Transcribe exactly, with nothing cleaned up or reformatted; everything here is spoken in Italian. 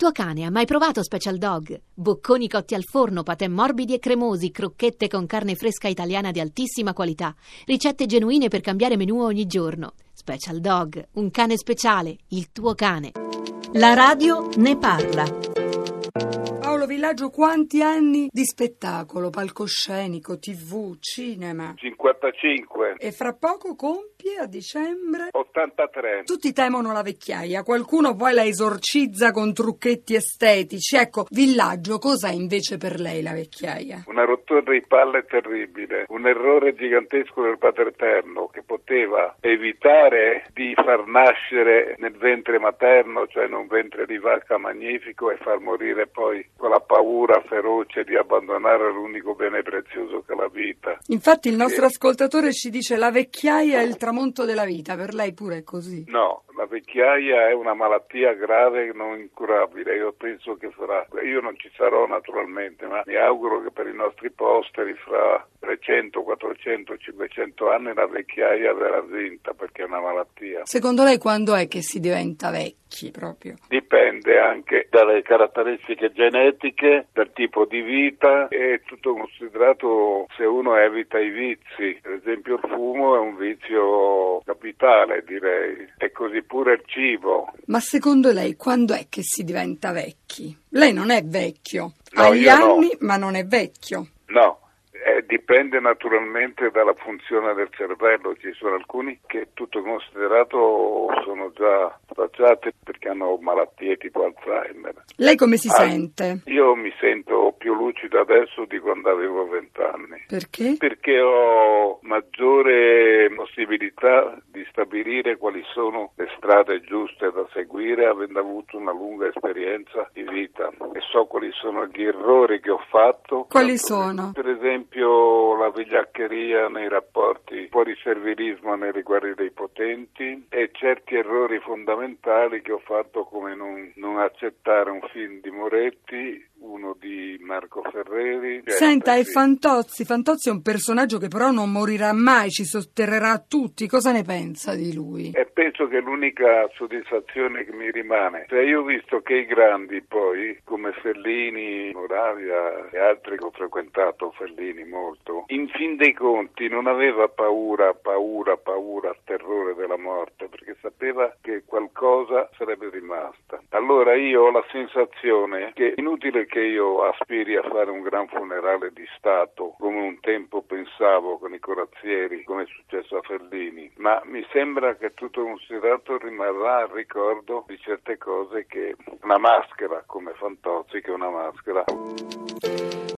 tuo cane ha mai provato Special Dog? Bocconi cotti al forno, patè morbidi e cremosi, crocchette con carne fresca italiana di altissima qualità, ricette genuine per cambiare menù ogni giorno. Special Dog, un cane speciale, il tuo cane. La radio ne parla. Paolo Villaggio, quanti anni di spettacolo, palcoscenico, tivù, cinema? cinquantacinque. E fra poco compie, a dicembre? ottantatré. Tutti temono la vecchiaia, qualcuno poi la esorcizza con trucchetti estetici. Ecco, Villaggio, cos'è invece per lei la vecchiaia? Una rottura di palle terribile, un errore gigantesco del Padre Eterno che poteva evitare di far nascere nel ventre materno, cioè in un ventre di vacca magnifico, e far morire poi con la paura feroce di abbandonare l'unico bene prezioso che è la vita. Infatti il nostro e... ascoltatore ci dice la vecchiaia è il tramonto della vita, per lei pure è così? No, la vecchiaia è una malattia grave e non incurabile. Io penso che farà, io non ci sarò naturalmente, ma mi auguro che per i nostri posteri fra trecento, quattrocento, cinquecento anni la vecchiaia verrà vinta, perché è una malattia. Secondo lei quando è che si diventa vecchi proprio? Dipende anche dalle caratteristiche genetiche, dal tipo di vita, è tutto considerato se uno evita i vizi. Per esempio il fumo è un vizio capitale, direi, e così pure il cibo. Ma secondo lei quando è che si diventa vecchi? Lei non è vecchio, no, ha gli anni no. ma non è vecchio. No. Eh, dipende naturalmente dalla funzione del cervello. Ci sono alcuni che tutto considerato sono già spacciati perché hanno malattie tipo Alzheimer. Lei come si ah, sente? Io mi sento più lucido adesso di quando avevo vent'anni. Perché? Perché ho maggiore possibilità di stabilire quali sono le strade giuste da seguire, avendo avuto una lunga esperienza di vita, e so quali sono gli errori che ho fatto. Quali sono? Per esempio la vigliaccheria nei rapporti, fuori servilismo nei riguardi dei potenti, e certi errori fondamentali che ho fatto, come non, non accettare un film di Moretti, uno di Marco Ferreri. Senta, e sì. Fantozzi, Fantozzi è un personaggio che però non morirà mai, ci sotterrerà a tutti. Cosa ne pensa di lui? E penso che l'unica soddisfazione che mi rimane, cioè io ho visto che i grandi poi, come Fellini, Moravia e altri che ho frequentato, Fellini molto, in fin dei conti non aveva paura, paura, paura, terrore della morte, perché sapeva che qualcosa sarebbe rimasta. Allora io ho la sensazione che è inutile che io aspiri a fare un gran funerale di Stato, come un tempo pensavo con i corazzieri, come è successo a Fellini, ma mi sembra che tutto considerato rimarrà il ricordo di certe cose, che una maschera, come Fantozzi, che è una maschera.